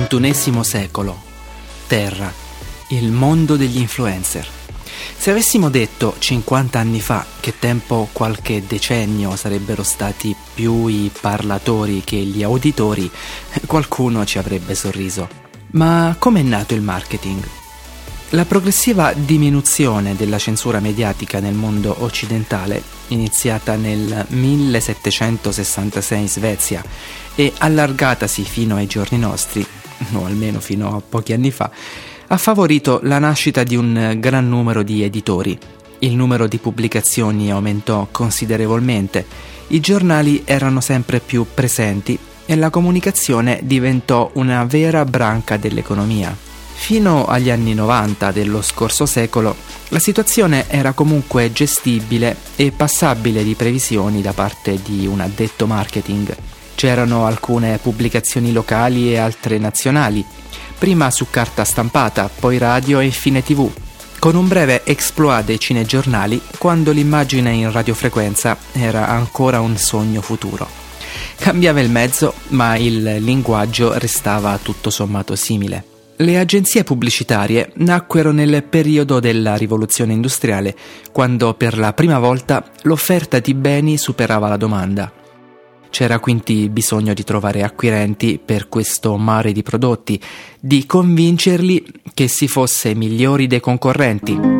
XXI secolo. Terra, il mondo degli influencer. Se avessimo detto 50 anni fa che tempo qualche decennio sarebbero stati più i parlatori che gli auditori, qualcuno ci avrebbe sorriso. Ma com'è nato il marketing? La progressiva diminuzione della censura mediatica nel mondo occidentale, iniziata nel 1766 in Svezia e allargatasi fino ai giorni nostri, o almeno fino a pochi anni fa, ha favorito la nascita di un gran numero di editori. Il numero di pubblicazioni aumentò considerevolmente, i giornali erano sempre più presenti e la comunicazione diventò una vera branca dell'economia. Fino agli anni 90 dello scorso secolo, la situazione era comunque gestibile e passabile di previsioni da parte di un addetto marketing. C'erano alcune pubblicazioni locali e altre nazionali, prima su carta stampata, poi radio e infine TV, con un breve exploit dei cinegiornali quando l'immagine in radiofrequenza era ancora un sogno futuro. Cambiava il mezzo, ma il linguaggio restava tutto sommato simile. Le agenzie pubblicitarie nacquero nel periodo della rivoluzione industriale, quando per la prima volta l'offerta di beni superava la domanda. C'era quindi bisogno di trovare acquirenti per questo mare di prodotti, di convincerli che si fosse migliori dei concorrenti.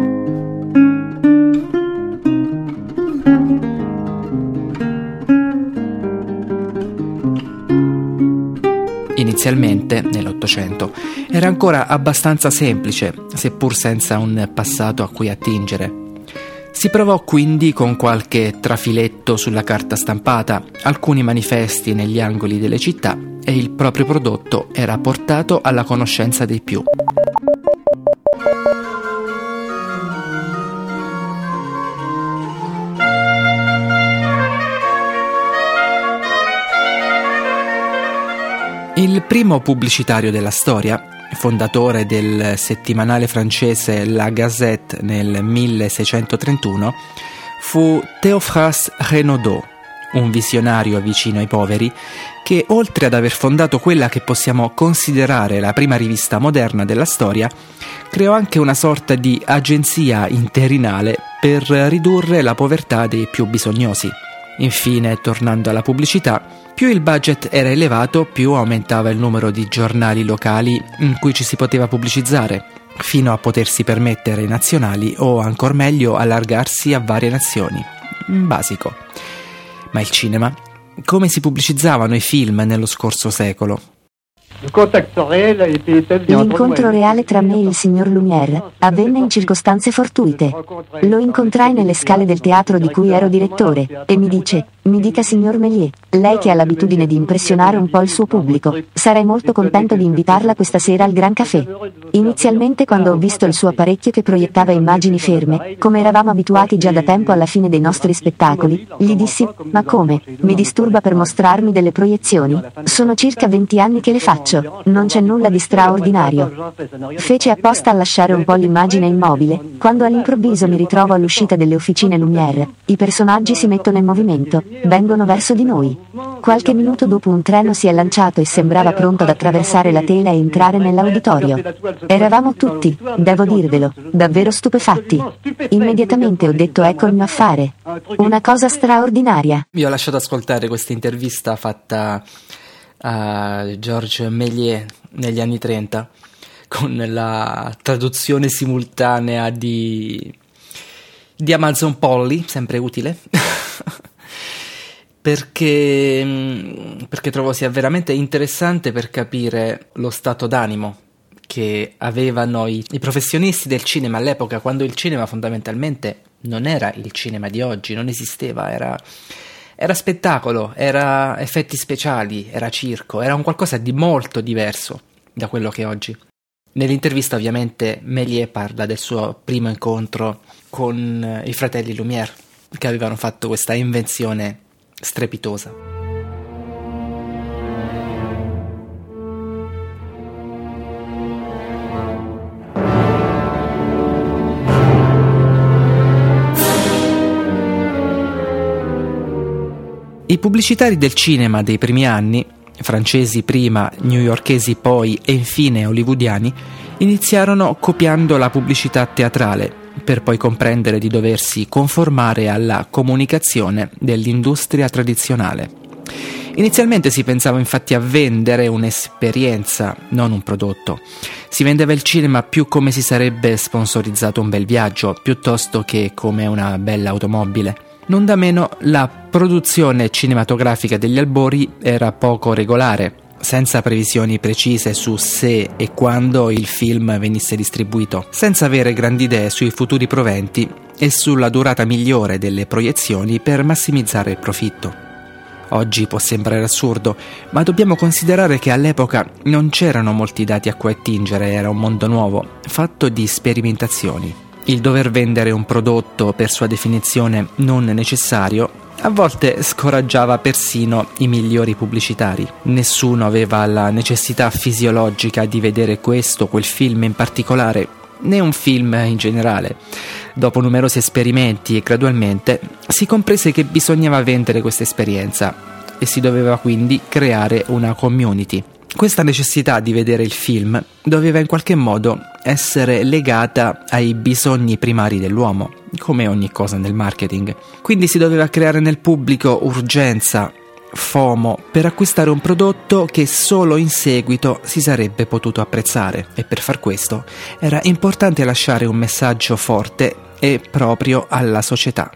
Inizialmente, nell'Ottocento, era ancora abbastanza semplice, seppur senza un passato a cui attingere. Si provò quindi con qualche trafiletto sulla carta stampata, alcuni manifesti negli angoli delle città e il proprio prodotto era portato alla conoscenza dei più. Il primo pubblicitario della storia, fondatore del settimanale francese La Gazette nel 1631, fu Théophras Renaudot, un visionario vicino ai poveri, che oltre ad aver fondato quella che possiamo considerare la prima rivista moderna della storia, creò anche una sorta di agenzia interinale per ridurre la povertà dei più bisognosi. Infine, tornando alla pubblicità, più il budget era elevato, più aumentava il numero di giornali locali in cui ci si poteva pubblicizzare, fino a potersi permettere nazionali o, ancor meglio, allargarsi a varie nazioni. Basico. Ma il cinema? Come si pubblicizzavano i film nello scorso secolo? L'incontro reale tra me e il signor Lumière avvenne in circostanze fortuite. Lo incontrai nelle scale del teatro di cui ero direttore e mi dice: mi dica signor Méliès, lei che ha l'abitudine di impressionare un po' il suo pubblico, sarei molto contento di invitarla questa sera al Gran Café. Inizialmente, quando ho visto il suo apparecchio che proiettava immagini ferme, come eravamo abituati già da tempo alla fine dei nostri spettacoli, gli dissi: ma come? Mi disturba per mostrarmi delle proiezioni? Sono circa 20 anni che le faccio. Non c'è nulla di straordinario. Fece apposta a lasciare un po' l'immagine immobile, quando all'improvviso mi ritrovo all'uscita delle officine Lumière. I personaggi si mettono in movimento, vengono verso di noi. Qualche minuto dopo un treno si è lanciato e sembrava pronto ad attraversare la tela e entrare nell'auditorio. Eravamo tutti, devo dirvelo, davvero stupefatti. Immediatamente ho detto: ecco il mio affare. Una cosa straordinaria. Vi ho lasciato ascoltare questa intervista fatta a Georges Méliès negli anni 30 con la traduzione simultanea di Amazon Polly, sempre utile perché trovo sia veramente interessante per capire lo stato d'animo che avevano i professionisti del cinema all'epoca, quando il cinema fondamentalmente non era il cinema di oggi, non esisteva, era spettacolo, era effetti speciali, era circo, era un qualcosa di molto diverso da quello che è oggi. Nell'intervista ovviamente Méliès parla del suo primo incontro con i fratelli Lumière, che avevano fatto questa invenzione strepitosa. I pubblicitari del cinema dei primi anni francesi prima, newyorkesi poi e infine hollywoodiani, iniziarono copiando la pubblicità teatrale, per poi comprendere di doversi conformare alla comunicazione dell'industria tradizionale. Inizialmente si pensava infatti a vendere un'esperienza, non un prodotto. Si vendeva il cinema più come si sarebbe sponsorizzato un bel viaggio, piuttosto che come una bella automobile. Non da meno, la produzione cinematografica degli albori era poco regolare, senza previsioni precise su se e quando il film venisse distribuito, senza avere grandi idee sui futuri proventi e sulla durata migliore delle proiezioni per massimizzare il profitto. Oggi può sembrare assurdo, ma dobbiamo considerare che all'epoca non c'erano molti dati a cui attingere, era un mondo nuovo, fatto di sperimentazioni. Il dover vendere un prodotto per sua definizione non necessario a volte scoraggiava persino i migliori pubblicitari. Nessuno aveva la necessità fisiologica di vedere questo o quel film in particolare, né un film in generale. Dopo numerosi esperimenti e gradualmente si comprese che bisognava vendere questa esperienza e si doveva quindi creare una community. Questa necessità di vedere il film doveva in qualche modo essere legata ai bisogni primari dell'uomo, come ogni cosa nel marketing. Quindi si doveva creare nel pubblico urgenza, FOMO, per acquistare un prodotto che solo in seguito si sarebbe potuto apprezzare, e per far questo era importante lasciare un messaggio forte e proprio alla società.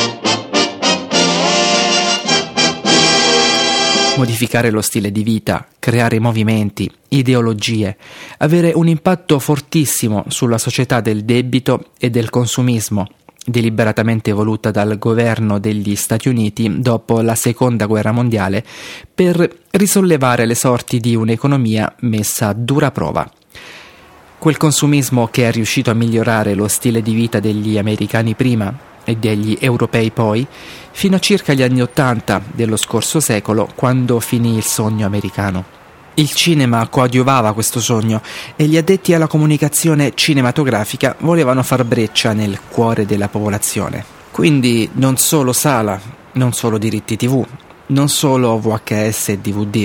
Modificare lo stile di vita, creare movimenti, ideologie, avere un impatto fortissimo sulla società del debito e del consumismo, deliberatamente evoluta dal governo degli Stati Uniti dopo la Seconda Guerra Mondiale per risollevare le sorti di un'economia messa a dura prova. Quel consumismo che è riuscito a migliorare lo stile di vita degli americani prima e degli europei poi, fino a circa gli anni '80 dello scorso secolo, quando finì il sogno americano. Il cinema coadiuvava questo sogno e gli addetti alla comunicazione cinematografica volevano far breccia nel cuore della popolazione. Quindi non solo sala, non solo diritti TV, non solo VHS e DVD.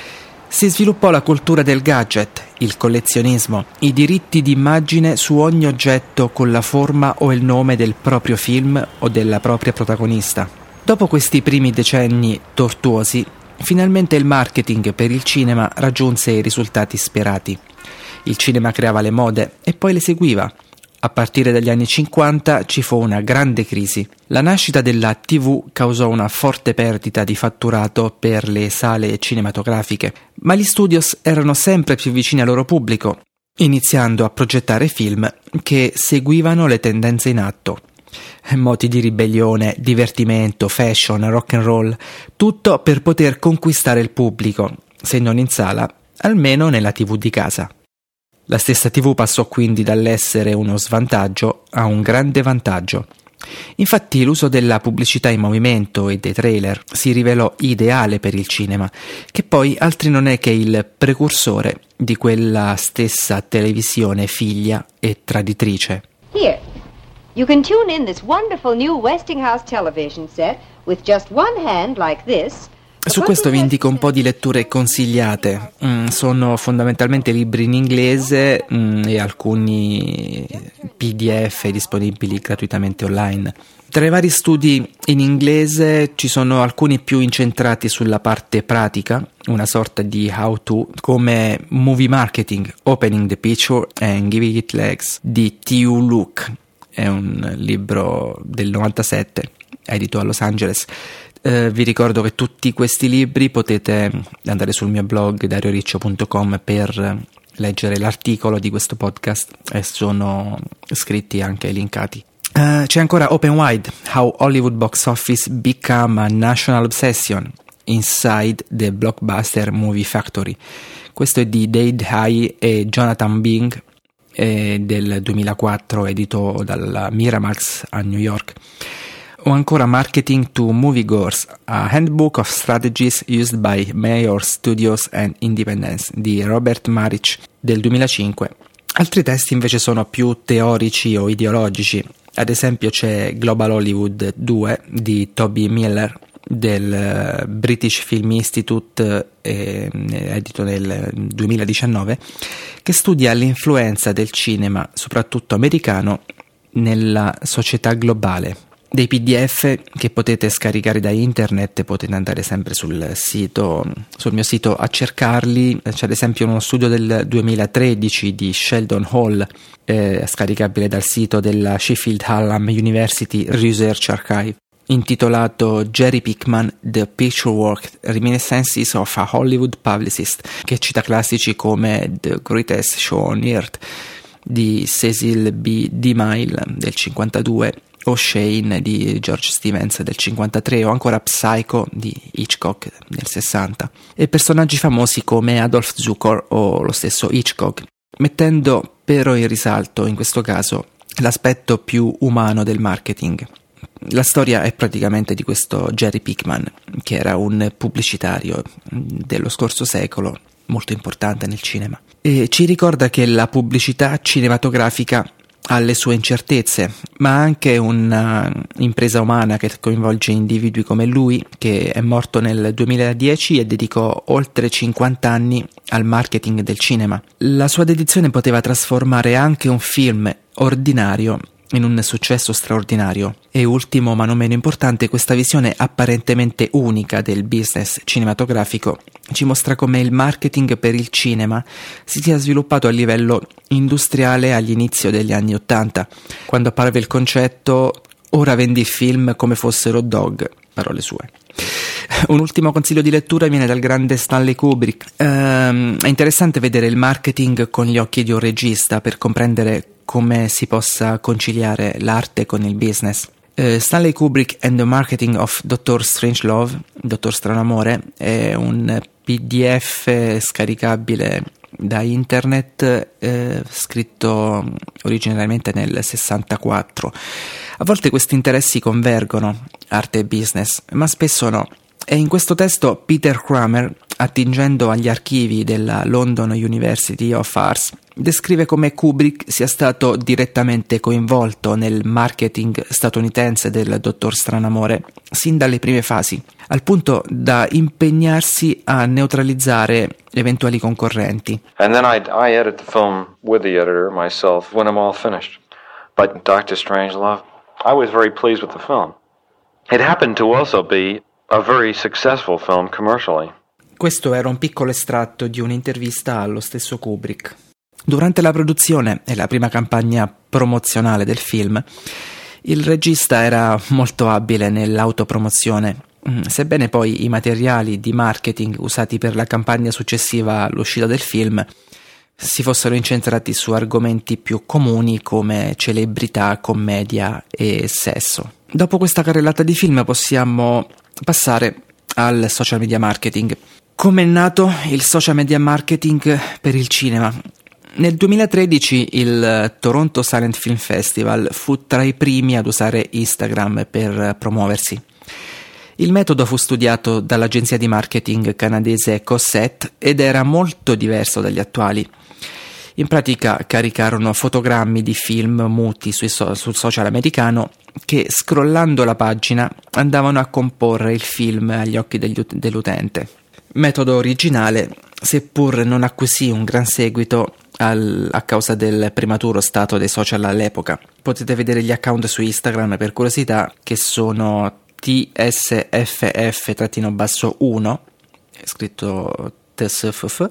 Si sviluppò la cultura del gadget, il collezionismo, i diritti d'immagine su ogni oggetto con la forma o il nome del proprio film o della propria protagonista. Dopo questi primi decenni tortuosi, finalmente il marketing per il cinema raggiunse i risultati sperati. Il cinema creava le mode e poi le seguiva. A partire dagli anni 50 ci fu una grande crisi. La nascita della TV causò una forte perdita di fatturato per le sale cinematografiche, ma gli studios erano sempre più vicini al loro pubblico, iniziando a progettare film che seguivano le tendenze in atto. Moti di ribellione, divertimento, fashion, rock and roll, tutto per poter conquistare il pubblico, se non in sala, almeno nella TV di casa. La stessa TV passò quindi dall'essere uno svantaggio a un grande vantaggio. Infatti l'uso della pubblicità in movimento e dei trailer si rivelò ideale per il cinema, che poi altri non è che il precursore di quella stessa televisione figlia e traditrice. Here, you can tune in this wonderful new Westinghouse television set with just one hand like this. Su questo vi indico un po' di letture consigliate. Sono fondamentalmente libri in inglese e alcuni PDF disponibili gratuitamente online. Tra i vari studi in inglese ci sono alcuni più incentrati sulla parte pratica, una sorta di how-to, come Movie Marketing, Opening the Picture and Giving It Legs di T.U. Luke. È un libro del 97, edito a Los Angeles. Vi ricordo che tutti questi libri potete andare sul mio blog darioriccio.com per leggere l'articolo di questo podcast e sono scritti anche linkati. C'è ancora Open Wide, How Hollywood Box Office Become a National Obsession Inside the Blockbuster Movie Factory. Questo è di Dade Hai e Jonathan Bing, del 2004, edito dalla Miramax a New York. O ancora Marketing to Moviegoers, a Handbook of Strategies Used by Major Studios and Independents di Robert Marich del 2005. Altri testi invece sono più teorici o ideologici. Ad esempio c'è Global Hollywood 2 di Toby Miller del British Film Institute, edito nel 2019, che studia l'influenza del cinema, soprattutto americano, nella società globale. Dei PDF che potete scaricare da internet, potete andare sempre sul mio sito a cercarli. C'è ad esempio uno studio del 2013 di Sheldon Hall, scaricabile dal sito della Sheffield Hallam University Research Archive, intitolato Jerry Pickman, The Picture Work Reminiscences of a Hollywood Publicist, che cita classici come The Greatest Show on Earth di Cecil B. DeMille del 52, o Shane di George Stevens del 53, o ancora Psycho di Hitchcock del 60, e personaggi famosi come Adolf Zukor o lo stesso Hitchcock, mettendo però in risalto in questo caso l'aspetto più umano del marketing. La storia è praticamente di questo Jerry Pickman, che era un pubblicitario dello scorso secolo molto importante nel cinema, e ci ricorda che la pubblicità cinematografica ha le sue incertezze, ma anche un'impresa umana che coinvolge individui come lui, che è morto nel 2010 e dedicò oltre 50 anni al marketing del cinema. La sua dedizione poteva trasformare anche un film ordinario in un successo straordinario. E ultimo ma non meno importante, questa visione apparentemente unica del business cinematografico ci mostra come il marketing per il cinema si sia sviluppato a livello industriale all'inizio degli anni '80, quando apparve il concetto "ora vendi film come fossero hot dog", parole sue. Un ultimo consiglio di lettura viene dal grande Stanley Kubrick. È interessante vedere il marketing con gli occhi di un regista per comprendere come si possa conciliare l'arte con il business. Stanley Kubrick and the Marketing of Dr. Strangelove, Dottor Stranamore, è un PDF scaricabile da internet, scritto originariamente nel 64. A volte questi interessi convergono, arte e business, ma spesso no. E in questo testo Peter Kramer, attingendo agli archivi della London University of Arts, descrive come Kubrick sia stato direttamente coinvolto nel marketing statunitense del Dottor Stranamore sin dalle prime fasi, al punto da impegnarsi a neutralizzare eventuali concorrenti. And then I edit the film with the editor myself when I'm all finished. But Dr. Strangelove, I was very pleased with the film. It happened to also be a very successful film commercially. Questo era un piccolo estratto di un'intervista allo stesso Kubrick. Durante la produzione e la prima campagna promozionale del film, il regista era molto abile nell'autopromozione, sebbene poi i materiali di marketing usati per la campagna successiva all'uscita del film si fossero incentrati su argomenti più comuni come celebrità, commedia e sesso. Dopo questa carrellata di film possiamo passare al social media marketing. Come è nato il social media marketing per il cinema? Nel 2013 il Toronto Silent Film Festival fu tra i primi ad usare Instagram per promuoversi. Il metodo fu studiato dall'agenzia di marketing canadese Cossette ed era molto diverso dagli attuali. In pratica caricarono fotogrammi di film muti sul social americano che, scrollando la pagina, andavano a comporre il film agli occhi dell'utente. Metodo originale, seppur non acquisì un gran seguito a causa del prematuro stato dei social all'epoca. Potete vedere gli account su Instagram per curiosità, che sono TSFF-1, scritto TSFF,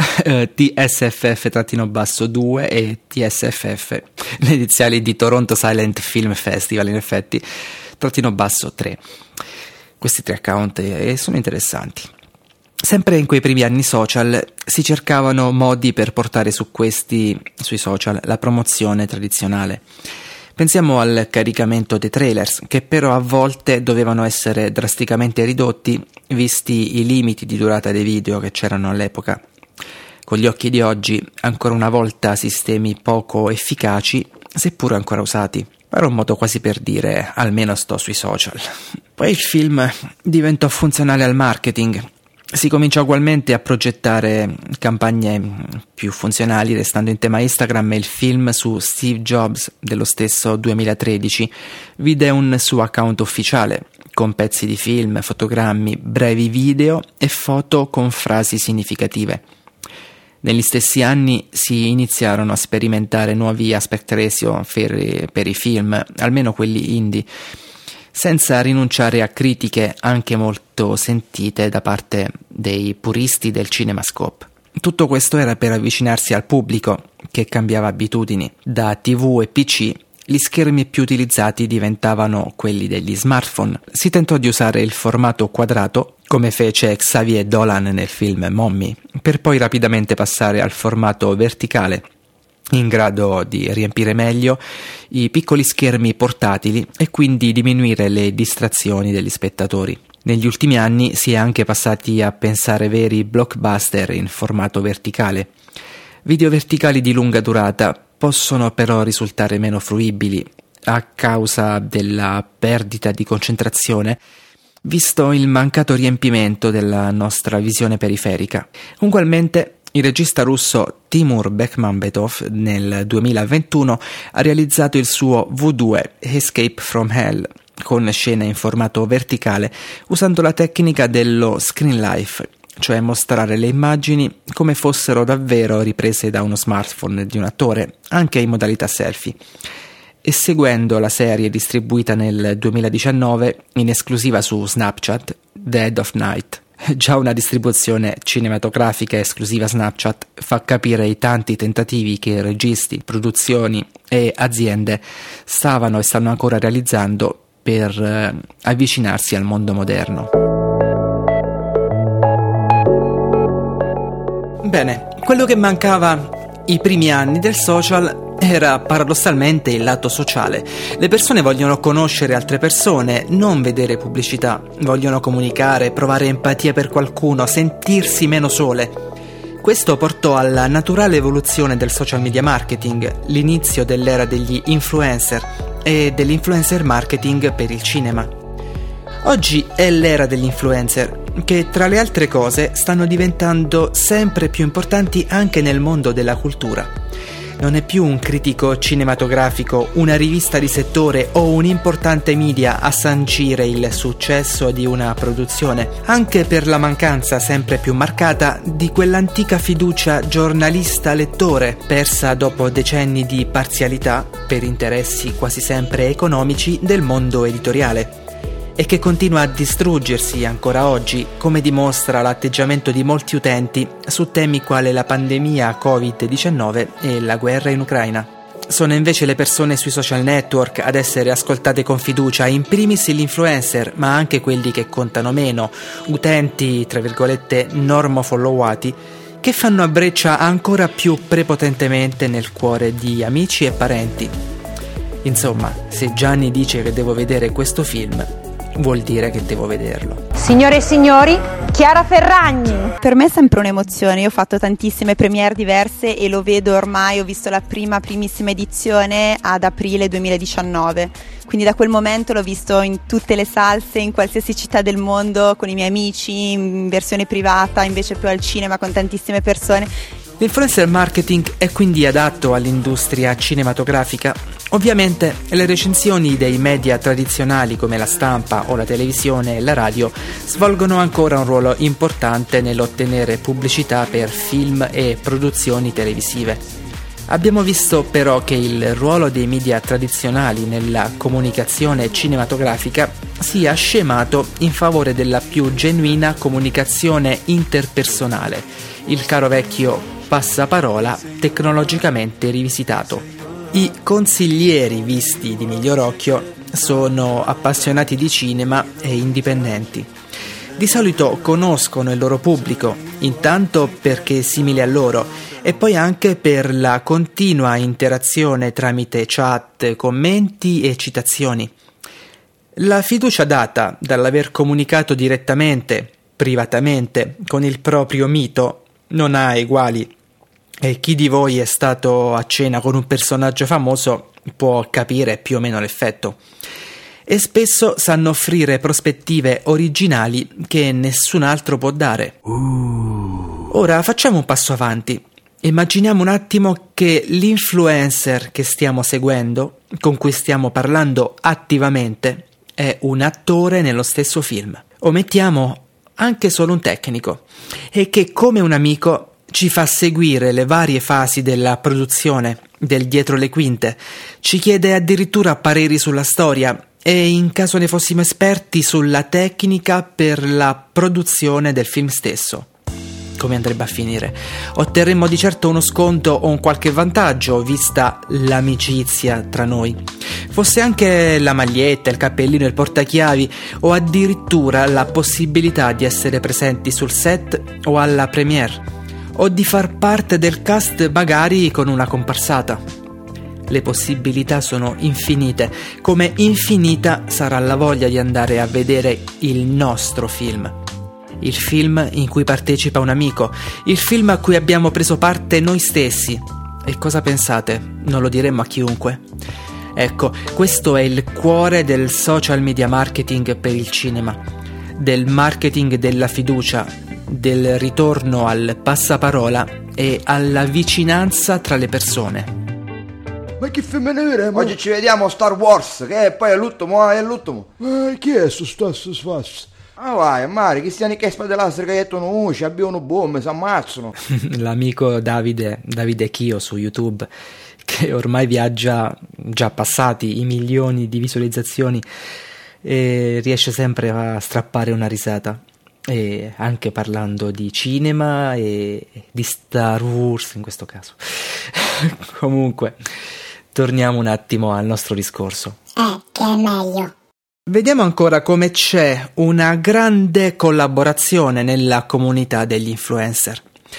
TSFF-2 e TSFF, le iniziali di Toronto Silent Film Festival, in effetti, _3. Questi 3 account sono interessanti. Sempre in quei primi anni social si cercavano modi per portare sui social la promozione tradizionale. Pensiamo al caricamento dei trailers, che però a volte dovevano essere drasticamente ridotti visti i limiti di durata dei video che c'erano all'epoca. Con gli occhi di oggi, ancora una volta sistemi poco efficaci, seppur ancora usati. Era un modo quasi per dire almeno sto sui social. Poi il film diventò funzionale al marketing Si comincia ugualmente a progettare campagne più funzionali. Restando in tema Instagram, il film su Steve Jobs dello stesso 2013 vide un suo account ufficiale con pezzi di film, fotogrammi, brevi video e foto con frasi significative. Negli stessi anni si iniziarono a sperimentare nuovi aspect ratio per i film, almeno quelli indie, senza rinunciare a critiche anche molto sentite da parte dei puristi del cinemascope. Tutto questo era per avvicinarsi al pubblico, che cambiava abitudini. Da TV e PC, gli schermi più utilizzati diventavano quelli degli smartphone. Si tentò di usare il formato quadrato, come fece Xavier Dolan nel film Mommy, per poi rapidamente passare al formato verticale, in grado di riempire meglio i piccoli schermi portatili e quindi diminuire le distrazioni degli spettatori. Negli ultimi anni si è anche passati a pensare veri blockbuster in formato verticale. Video verticali di lunga durata possono però risultare meno fruibili a causa della perdita di concentrazione, visto il mancato riempimento della nostra visione periferica. Ugualmente, il regista russo Timur Bekmambetov nel 2021 ha realizzato il suo V2 Escape from Hell con scene in formato verticale usando la tecnica dello screen life, cioè mostrare le immagini come fossero davvero riprese da uno smartphone di un attore, anche in modalità selfie. E seguendo la serie distribuita nel 2019 in esclusiva su Snapchat, Dead of Night. Già una distribuzione cinematografica esclusiva Snapchat fa capire i tanti tentativi che registi, produzioni e aziende stavano e stanno ancora realizzando per avvicinarsi al mondo moderno. Bene, quello che mancava i primi anni del social era paradossalmente il lato sociale. Le persone vogliono conoscere altre persone, non vedere pubblicità, vogliono comunicare, provare empatia per qualcuno, sentirsi meno sole. Questo portò alla naturale evoluzione del social media marketing, l'inizio dell'era degli influencer e dell'influencer marketing per il cinema. Oggi è l'era degli influencer, che tra le altre cose stanno diventando sempre più importanti anche nel mondo della cultura. Non è più un critico cinematografico, una rivista di settore o un importante media a sancire il successo di una produzione, anche per la mancanza sempre più marcata di quell'antica fiducia giornalista-lettore, persa dopo decenni di parzialità per interessi quasi sempre economici del mondo editoriale, e che continua a distruggersi ancora oggi, come dimostra l'atteggiamento di molti utenti su temi quali la pandemia Covid-19 e la guerra in Ucraina. Sono invece le persone sui social network ad essere ascoltate con fiducia, in primis gli influencer, ma anche quelli che contano meno, utenti tra virgolette normofollowati, che fanno a breccia ancora più prepotentemente nel cuore di amici e parenti. Insomma, se Gianni dice che devo vedere questo film, vuol dire che devo vederlo. Signore e signori, Chiara Ferragni. Per me è sempre un'emozione, io ho fatto tantissime premiere diverse e lo vedo ormai, ho visto la primissima edizione ad aprile 2019, quindi da quel momento l'ho visto in tutte le salse, in qualsiasi città del mondo, con i miei amici, in versione privata, invece più al cinema con tantissime persone. L'influencer marketing è quindi adatto all'industria cinematografica. Ovviamente le recensioni dei media tradizionali come la stampa o la televisione e la radio svolgono ancora un ruolo importante nell'ottenere pubblicità per film e produzioni televisive. Abbiamo visto però che il ruolo dei media tradizionali nella comunicazione cinematografica sia scemato in favore della più genuina comunicazione interpersonale, il caro vecchio passaparola tecnologicamente rivisitato. I consiglieri visti di miglior occhio sono appassionati di cinema e indipendenti. Di solito conoscono il loro pubblico, intanto perché è simile a loro e poi anche per la continua interazione tramite chat, commenti e citazioni. La fiducia data dall'aver comunicato direttamente, privatamente, con il proprio mito non ha eguali. E chi di voi è stato a cena con un personaggio famoso può capire più o meno l'effetto. e spesso sanno offrire prospettive originali che nessun altro può dare. Ora facciamo un passo avanti. Immaginiamo un attimo che l'influencer che stiamo seguendo, con cui stiamo parlando attivamente, è un attore nello stesso film. O mettiamo anche solo un tecnico, e che come un amico ci fa seguire le varie fasi della produzione, del dietro le quinte, ci chiede addirittura pareri sulla storia e, in caso ne fossimo esperti, sulla tecnica per la produzione del film stesso. Come andrebbe a finire? Otterremmo di certo uno sconto o un qualche vantaggio, vista l'amicizia tra noi. Fosse anche la maglietta, il cappellino, il portachiavi, o addirittura la possibilità di essere presenti sul set o alla premiere, o di far parte del cast magari con una comparsata. Le possibilità sono infinite, come infinita sarà la voglia di andare a vedere il nostro film. Il film in cui partecipa un amico, il film a cui abbiamo preso parte noi stessi. E cosa pensate? Non lo diremmo a chiunque. Ecco, questo è il cuore del social media marketing per il cinema, del marketing della fiducia, del ritorno al passaparola e alla vicinanza tra le persone. Ma che femminile? Oggi ci vediamo Star Wars, che poi è l'ultimo, è l'ultimo. Chi è sto sfasso? Ah vai, Mari, che stiano che spada laser che jettono usci, abbiano bombe, si ammazzano. L'amico Davide Chio su YouTube, che ormai viaggia già passati i milioni di visualizzazioni e riesce sempre a strappare una risata. E anche parlando di cinema e di Star Wars in questo caso. Comunque, torniamo un attimo al nostro discorso. Che è meglio. Vediamo ancora come c'è una grande collaborazione nella comunità degli influencer.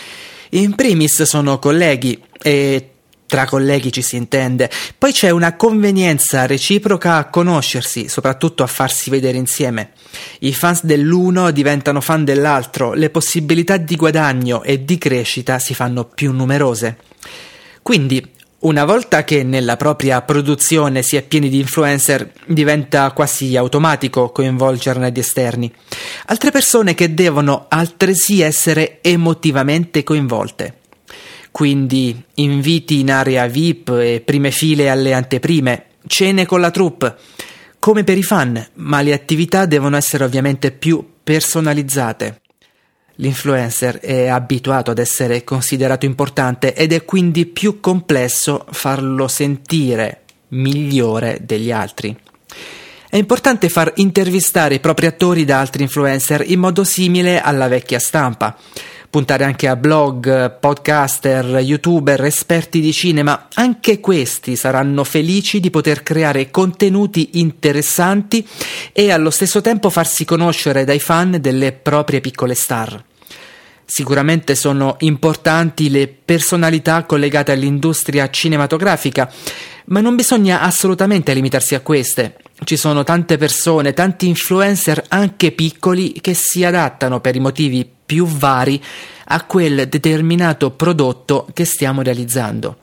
In primis sono colleghi e tra colleghi ci si intende, poi c'è una convenienza reciproca a conoscersi, soprattutto a farsi vedere insieme. I fans dell'uno diventano fan dell'altro, le possibilità di guadagno e di crescita si fanno più numerose. Quindi, una volta che nella propria produzione si è pieni di influencer, diventa quasi automatico coinvolgerne gli esterni. Altre persone che devono altresì essere emotivamente coinvolte. Quindi inviti in area VIP e prime file alle anteprime, cene con la troupe, come per i fan, ma le attività devono essere ovviamente più personalizzate. L'influencer è abituato ad essere considerato importante ed è quindi più complesso farlo sentire migliore degli altri. È importante far intervistare i propri attori da altri influencer in modo simile alla vecchia stampa. Puntare anche a blog, podcaster, youtuber, esperti di cinema, anche questi saranno felici di poter creare contenuti interessanti e allo stesso tempo farsi conoscere dai fan delle proprie piccole star. Sicuramente sono importanti le personalità collegate all'industria cinematografica, ma non bisogna assolutamente limitarsi a queste. Ci sono tante persone, tanti influencer anche piccoli che si adattano per i motivi più vari a quel determinato prodotto che stiamo realizzando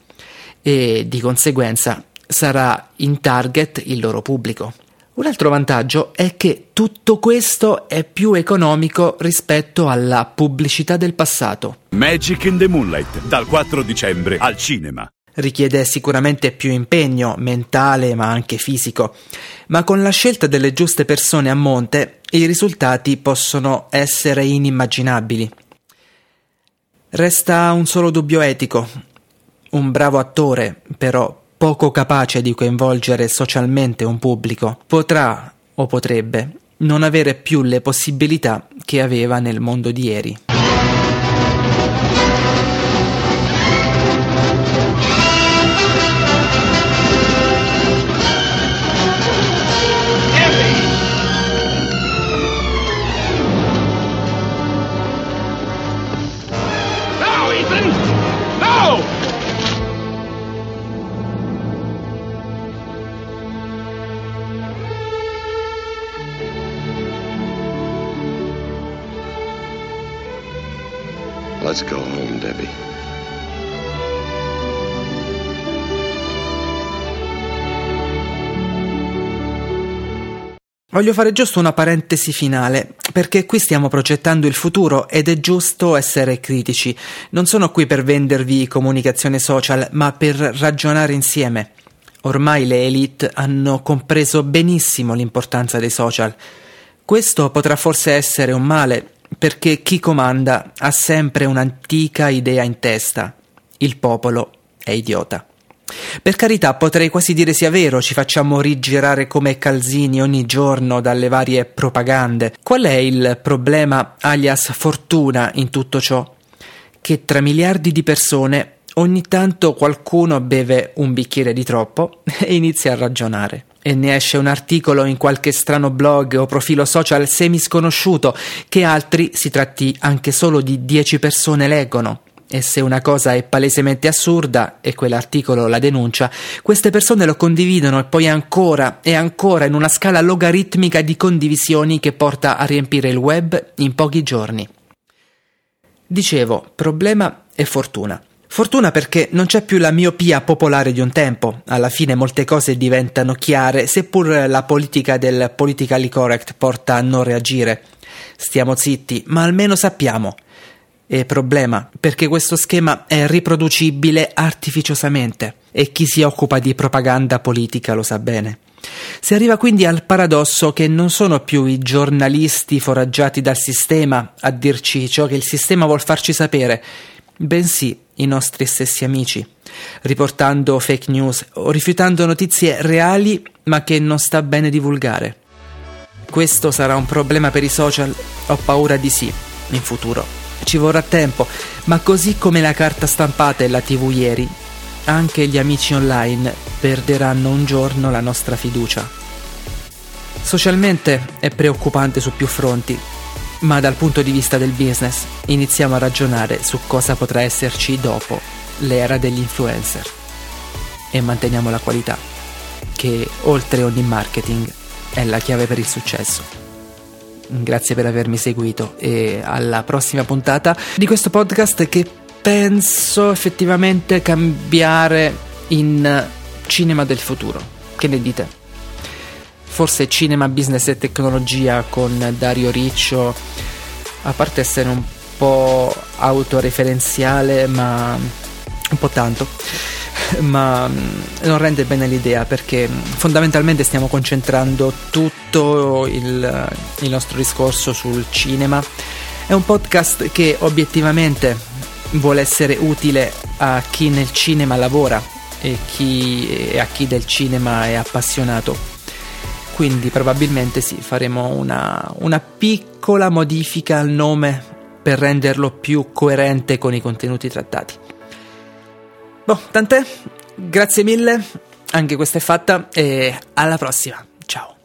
e di conseguenza sarà in target il loro pubblico. Un altro vantaggio è che tutto questo è più economico rispetto alla pubblicità del passato. Magic in the Moonlight, dal 4 dicembre al cinema. Richiede sicuramente più impegno mentale ma anche fisico, ma con la scelta delle giuste persone a monte i risultati possono essere inimmaginabili. Resta un solo dubbio etico. Un bravo attore, però poco capace di coinvolgere socialmente un pubblico, potrà o potrebbe non avere più le possibilità che aveva nel mondo di ieri. Let's go home, Debbie. Voglio fare giusto una parentesi finale, perché qui stiamo progettando il futuro ed è giusto essere critici. Non sono qui per vendervi comunicazione social, ma per ragionare insieme. Ormai le elite hanno compreso benissimo l'importanza dei social. Questo potrà forse essere un male, perché chi comanda ha sempre un'antica idea in testa. Il popolo è idiota. Per carità, potrei quasi dire sia vero, ci facciamo rigirare come calzini ogni giorno dalle varie propagande. Qual è il problema alias fortuna in tutto ciò? Che tra miliardi di persone ogni tanto qualcuno beve un bicchiere di troppo e inizia a ragionare. E ne esce un articolo in qualche strano blog o profilo social semisconosciuto che altri, si tratti anche solo di 10 persone, leggono. E se una cosa è palesemente assurda e quell'articolo la denuncia, queste persone lo condividono e poi ancora e ancora in una scala logaritmica di condivisioni che porta a riempire il web in pochi giorni. Dicevo, problema e fortuna. Fortuna perché non c'è più la miopia popolare di un tempo. Alla fine molte cose diventano chiare, seppur la politica del politically correct porta a non reagire. Stiamo zitti, ma almeno sappiamo. E problema, perché questo schema è riproducibile artificiosamente e chi si occupa di propaganda politica lo sa bene. Si arriva quindi al paradosso che non sono più i giornalisti foraggiati dal sistema a dirci ciò che il sistema vuol farci sapere, bensì i nostri stessi amici, riportando fake news o rifiutando notizie reali ma che non sta bene divulgare. Questo sarà un problema per i social? Ho paura di sì, in futuro. Ci vorrà tempo, ma così come la carta stampata e la TV ieri, anche gli amici online perderanno un giorno la nostra fiducia. Socialmente è preoccupante su più fronti, ma dal punto di vista del business iniziamo a ragionare su cosa potrà esserci dopo l'era degli influencer. E manteniamo la qualità, che oltre ogni marketing è la chiave per il successo. Grazie per avermi seguito e alla prossima puntata di questo podcast che penso effettivamente cambiare in cinema del futuro. Che ne dite? Forse cinema, business e tecnologia con Dario Riccio, a parte essere un po' autoreferenziale, ma un po' tanto, ma non rende bene l'idea, perché fondamentalmente stiamo concentrando tutto il nostro discorso sul cinema. È un podcast che obiettivamente vuole essere utile a chi nel cinema lavora e a chi del cinema è appassionato, quindi probabilmente sì, faremo una piccola modifica al nome per renderlo più coerente con i contenuti trattati. Tant'è, grazie mille, anche questa è fatta e alla prossima, ciao.